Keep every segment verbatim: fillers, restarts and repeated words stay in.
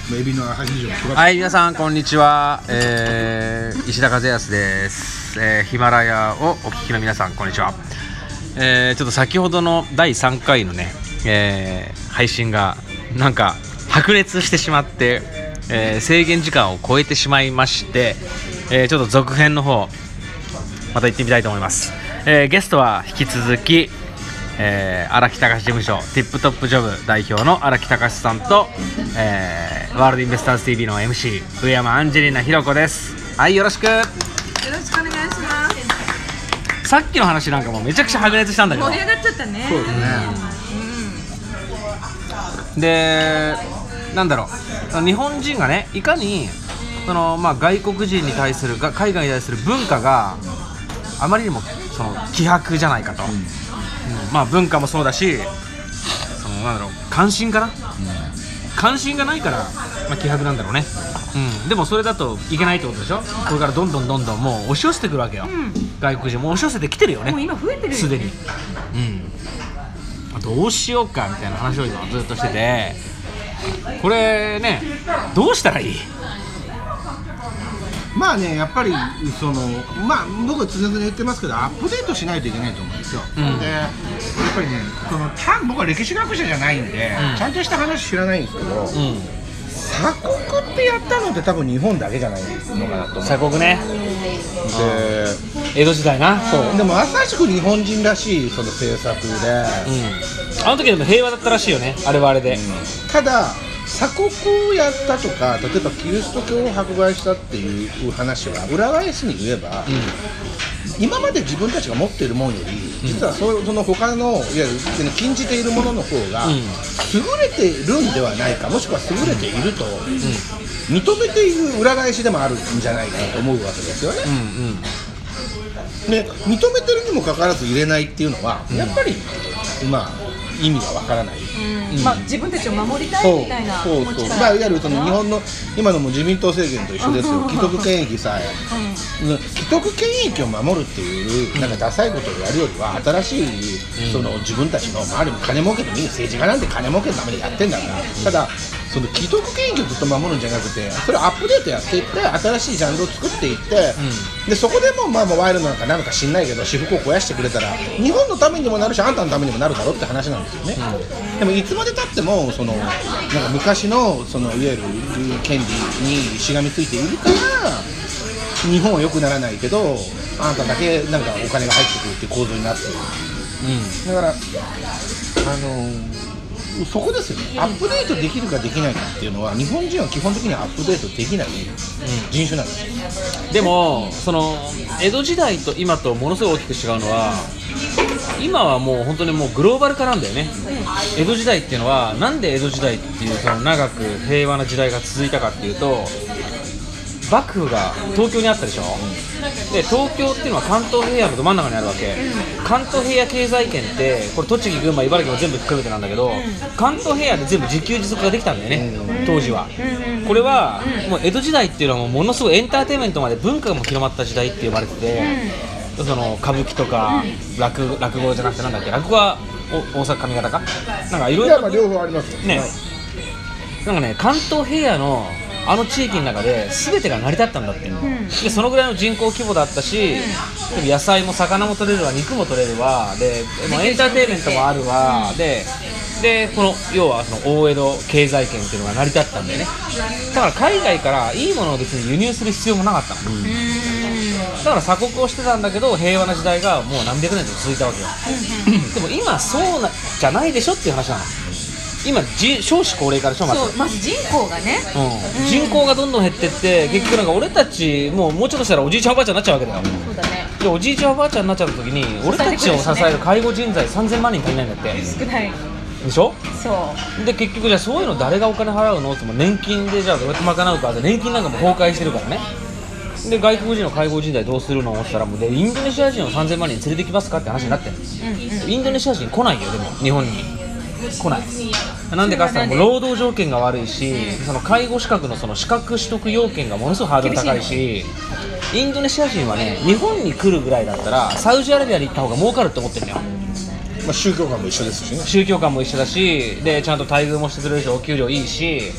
エビのアヒージョも育てはい、皆さんこんにちは、えー、石田和康です、えー、ヒマラヤをお聞きの皆さんこんにちは、えー、ちょっと先ほどのだいさんかいのね、えー、配信がなんか白熱してしまって、えー、制限時間を超えてしまいまして、えー、ちょっと続編の方また行ってみたいと思います。えー、ゲストは引き続きえー、荒木隆事務所ティップトップジョブ代表の荒木隆さんと、えー、ワールドインベスターズ ティーブイ の エムシー 上山アンジェリーナひろ子です。はい、よろしく。よろしくお願いします。 さっきの話なんかもうめちゃくちゃ白熱したんだけど、 盛り上がっちゃったね。 そうですね、 うん、で、なんだろう、日本人がねいかにその、まあ、外国人に対する海外に対する文化があまりにもその希薄じゃないかと、うんうん、まあ文化もそうだし、そのなんだろう、関心かな、うん、関心がないから、まあ、希薄なんだろうね、うん、でもそれだといけないってことでしょ。これからどんどんどんどんもう押し寄せてくるわけよ、うん、外国人も押し寄せてきてるよね。 もう今増えてるよすでに、うん、どうしようかみたいな話を今ずっとしてて、これねどうしたらいい？ まあね、やっぱりそのまあ僕は常々言ってますけど、アップデートしないといけないと思うんですよ、うん、でやっぱりね、その僕は歴史学者じゃないんで、うん、ちゃんとした話知らないんですけど、うん、鎖国ってやったのって多分日本だけじゃないのかなと思う。 鎖国ね。で江戸時代な。 そうでもまさしく日本人らしいその政策で、 うん、あの時でも平和だったらしいよね、あれはあれで、うん、 ただ鎖国をやったとか、例えばキリスト教を迫害したっていう話は裏返しに言えば、うん、今まで自分たちが持っているものより、実はその他のいわゆる禁じているものの方が優れているんではないか、もしくは優れていると認めている裏返しでもあるんじゃないかなと思うわけですよね、うんうん、で認めてるにもかかわらず入れないっていうのは、やっぱりまあ意味がわからない、 うん、まあ、自分たちを守りたいみたいな気持ちから、そうそう、まあ、 いわゆるその日本の今のも自民党政権と一緒ですよ。既得権益さえ、うん、既得権益を守るっていうなんかダサいことをやるよりは、新しいその自分たちの周りも金儲けでもいい、政治家なんて金儲けのためにやってんだから、ただその既得権益をずっと守るんじゃなくて、それをアップデートやっていって、新しいジャンルを作っていって、うん、でそこでもまあワイルドなのか何か知んないけど私服を肥やしてくれたら日本のためにもなるし、あんたのためにもなるだろうって話なんですよね、うん、でもいつまでたってもそのなんか昔のそのいわゆる権利にしがみついているから日本は良くならないけど、あんただけなんかお金が入ってくるっていう構造になってる、うん、だからあのそこですよね。アップデートできるかできないかっていうのは、日本人は基本的にはアップデートできない人種なんですよ、うん、 でもその江戸時代と今とものすごい大きく違うのは、今はもう本当にもうグローバル化なんだよね、うん、江戸時代っていうのはなんで江戸時代っていうその長く平和な時代が続いたかっていうと、幕府が東京にあったでしょ、うん、で東京っていうのは関東平野のど真ん中にあるわけ、うん、関東平野経済圏ってこれ栃木群馬茨城も全部含めてなんだけど、うん、関東平野で全部自給自足ができたんだよね、うん、当時は、うん、これはもう江戸時代っていうのはもうものすごいエンターテインメントまで文化がも広まった時代って呼ばれてて、うん、その歌舞伎とか 落, 落語じゃなくてなんだっけ、落語は大阪上方かなんかいろいろと両方ありますよね、 なんかね関東平野のあの地域の中で全てが成り立ったんだって、うん、でそのぐらいの人口規模だったし、うん、でも野菜も魚も取れるわ、肉も取れるわで、もうエンターテインメントもあるわ、うん、ででこの要はその大江戸経済圏っていうのが成り立ったんだよね。だから海外からいいものを別に輸入する必要もなかったの、うん、だから鎖国をしてたんだけど平和な時代がもう何百年と続いたわけよ、うん、でも今そうなじゃないでしょっていう話なの。今少子高齢化でしょ、まず。 そう、まず人口がね、 うんうん、人口がどんどん減ってって、結局なんか俺たちもうもうちょっとしたらおじいちゃんおばあちゃんになっちゃうわけだよ。 そうだね。 でおじいちゃんおばあちゃんになっちゃった時に俺たちを支える介護人材さんぜんまんにん足りないんだって。 少ないでしょ。 そうで結局じゃあそういうの誰がお金払うのっても年金でじゃあどうやって賄うかで年金なんかも崩壊してるからね。で外国人の介護人材どうするのって言ったらもうでインドネシア人をさんぜんまんにん連れてきますかって話になってる、うんうん、インドネシア人来ないよ。でも日本に来ない。なんでかって言ったらもう労働条件が悪いし、その介護資格のその資格取得要件がものすごいハードル高いし、インドネシア人はね日本に来るぐらいだったらサウジアラビアに行った方が儲かるって思ってるのよ。 まあ、宗教観も一緒ですしね。 宗教観も一緒だし、でちゃんと待遇もしてくれるしお給料いいし、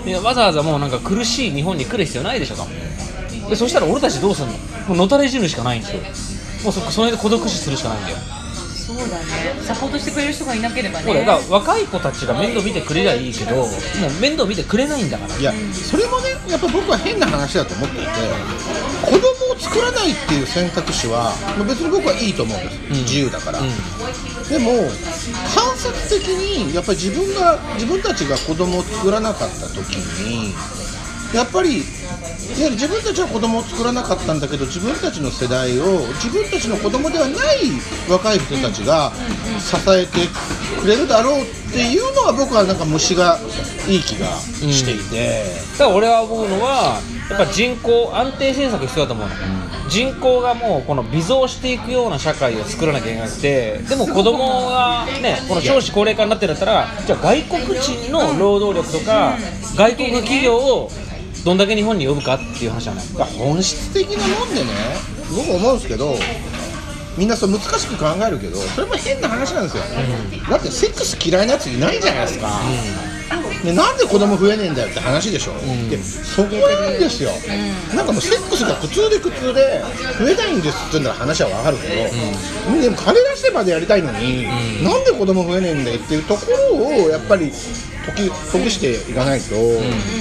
いやわざわざもうなんか苦しい日本に来る必要ないでしょと。でそしたら俺たちどうすんの、もうのたれ死ぬしかないんですよ。もう そ, その辺で孤独死するしかないんだよ。 そうだね、サポートしてくれる人がいなければね。 これだから若い子たちが面倒見てくれりゃいいけど、もう面倒見てくれないんだから。 いやそれもねやっぱ僕は変な話だと思っていて、子供を作らないっていう選択肢は別に僕はいいと思うんです、うん、自由だから、うん、でも間接的にやっぱり自分が自分たちが子供を作らなかった時にやっぱりいや自分たちは子供を作らなかったんだけど自分たちの世代を自分たちの子供ではない若い人たちが支えてくれるだろうっていうのは僕はなんか虫がいい気がしていて、 うん、だから俺は思うのはやっぱ人口安定政策必要だと思うの、うん、人口がもうこの微増していくような社会を作らなきゃいけなくて、でも子供がねこの少子高齢化になってるんだったらじゃあ外国人の労働力とか外国企業をどんだけ日本に呼ぶかっていう話じゃない。 本質的なもんでね僕思うんですけど、みんなそう難しく考えるけどそれも変な話なんですよ、うん、だってセックス嫌いなやついないじゃないですか、うん、でなんで子供増えねえんだよって話でしょ、うん、でそこなんですよ、うん、なんかもうセックスが苦痛で苦痛で増えたいんですって言うんだら話は分かるけど、うん、でも金出してまでやりたいのに、うん、なんで子供増えねえんだよっていうところをやっぱり解きほぐしていかないと、うん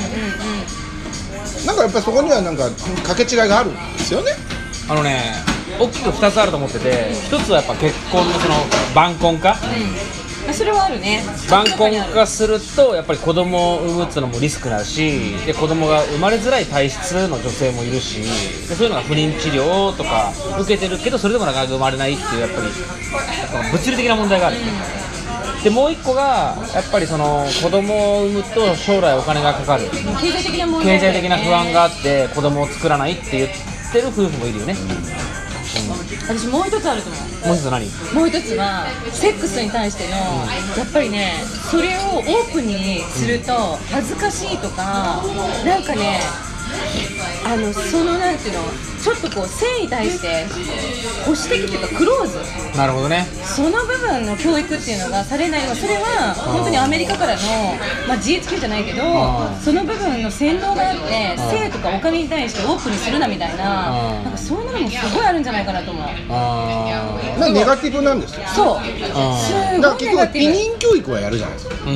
なんかやっぱりそこにはなんか掛け違いがあるんですよね。 あのね大きくふたつあると思ってて、ひとつはやっぱ結婚のその晩婚化、 うん、それはあるね。 晩婚化するとやっぱり子供を産むっていうのもリスクになるし、で子供が生まれづらい体質の女性もいるし、でそういうのが不妊治療とか受けてるけどそれでもなかなか生まれないっていうやっぱり物理的な問題がある、うん、でもう一個がやっぱりその子供を産むと将来お金がかかる経済的な問題、 経済的な不安があって子供を作らないって言ってる夫婦もいるよね、うんうん、 私もう一つあると思う。 もう一つ何？ もう一つはセックスに対しての、うん、やっぱりねそれをオープンにすると恥ずかしいとか、うん、なんかねあのそのなんていうのちょっとこう性に対して保守的っていうかクローズ、 なるほどね、 その部分の教育っていうのがされないのはそれは本当にアメリカからの、まあ、ジーエイチキュー じゃないけどその部分の洗脳があって性とかお金に対してオープンにするなみたいな、なんかそういうのもすごいあるんじゃないかなと思う。 あなんかネガティブなんですよ。 そうすごいネガティブ。避妊教育はやるじゃないですか、 うん、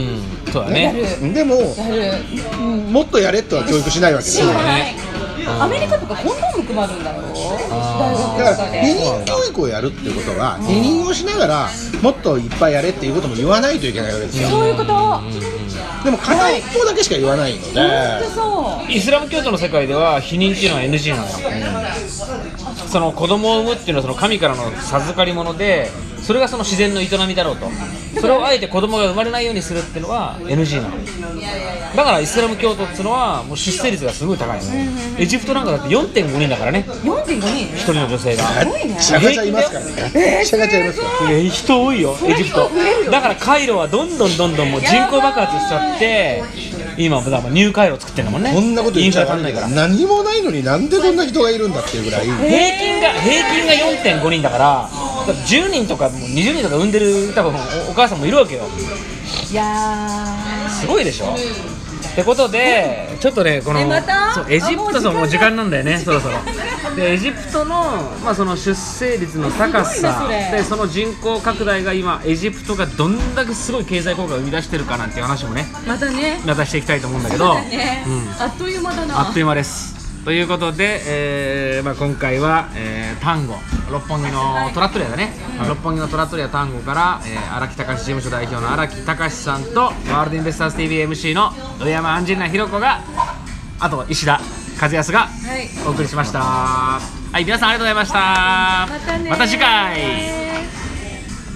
そうだね。 でもやるもっとやれとは教育しないわけですよね。アメリカとかコンドーム配るんだよ大学とかで。 避妊教育をやるっていうことは避妊をしながらもっといっぱいやれっていうことも言わないといけないわけですよ。 そういうこと。 でも片一方だけしか言わないので、 そう。 イスラム教徒の世界では避妊っていうのは エヌジー なのよ、うん、その子供を産むっていうのはその神からの授かり物で、それがその自然の営みだろうと、それをあえて子供が生まれないようにするっていうのは エヌジー なの。だからイスラム教徒っていうのはもう出生率がすごい高いの、うんうん、エジプトなんかだって よんてんごにんだからね。 よんてんごにん？ ひとりの女性がシャガチャいますからね。 えー、 シャガチャいますから、 えー、人多いよエジプトだから。カイロはどんどんどんどんもう人口爆発しちゃって今もだからニューカイロ作ってんだもんね。 こんなこと言っちゃわかんないから何もないのになんでこんな人がいるんだっていうぐらい平均が平均が よんてんごにんだから、じゅうにんとかにじゅうにんとか産んでる多分 お, お母さんもいるわけよ。 いやーすごいでしょ。ってことでちょっとねこの、 またそうエジプト、そうもう時間なんだよねそろそろ。でエジプトの、まあ、その出生率の高さでその人口拡大が今エジプトがどんだけすごい経済効果を生み出してるかなんていう話もねまたねまたしていきたいと思うんだけど、 ねうん、あっという間だな。 あっという間です。ということで、えーまあ、今回は、えー、単語六本木のトラットリアだね、はい、六本木のトラットリア単語から荒、えー、木隆事務所代表の荒木隆さんとワールドインベスターズ ティーブイ エムシー の上山アンジェリナひろ子が、あと石田和康がお送りしました。はい、はい、皆さんありがとうございました。 またね、 また次回。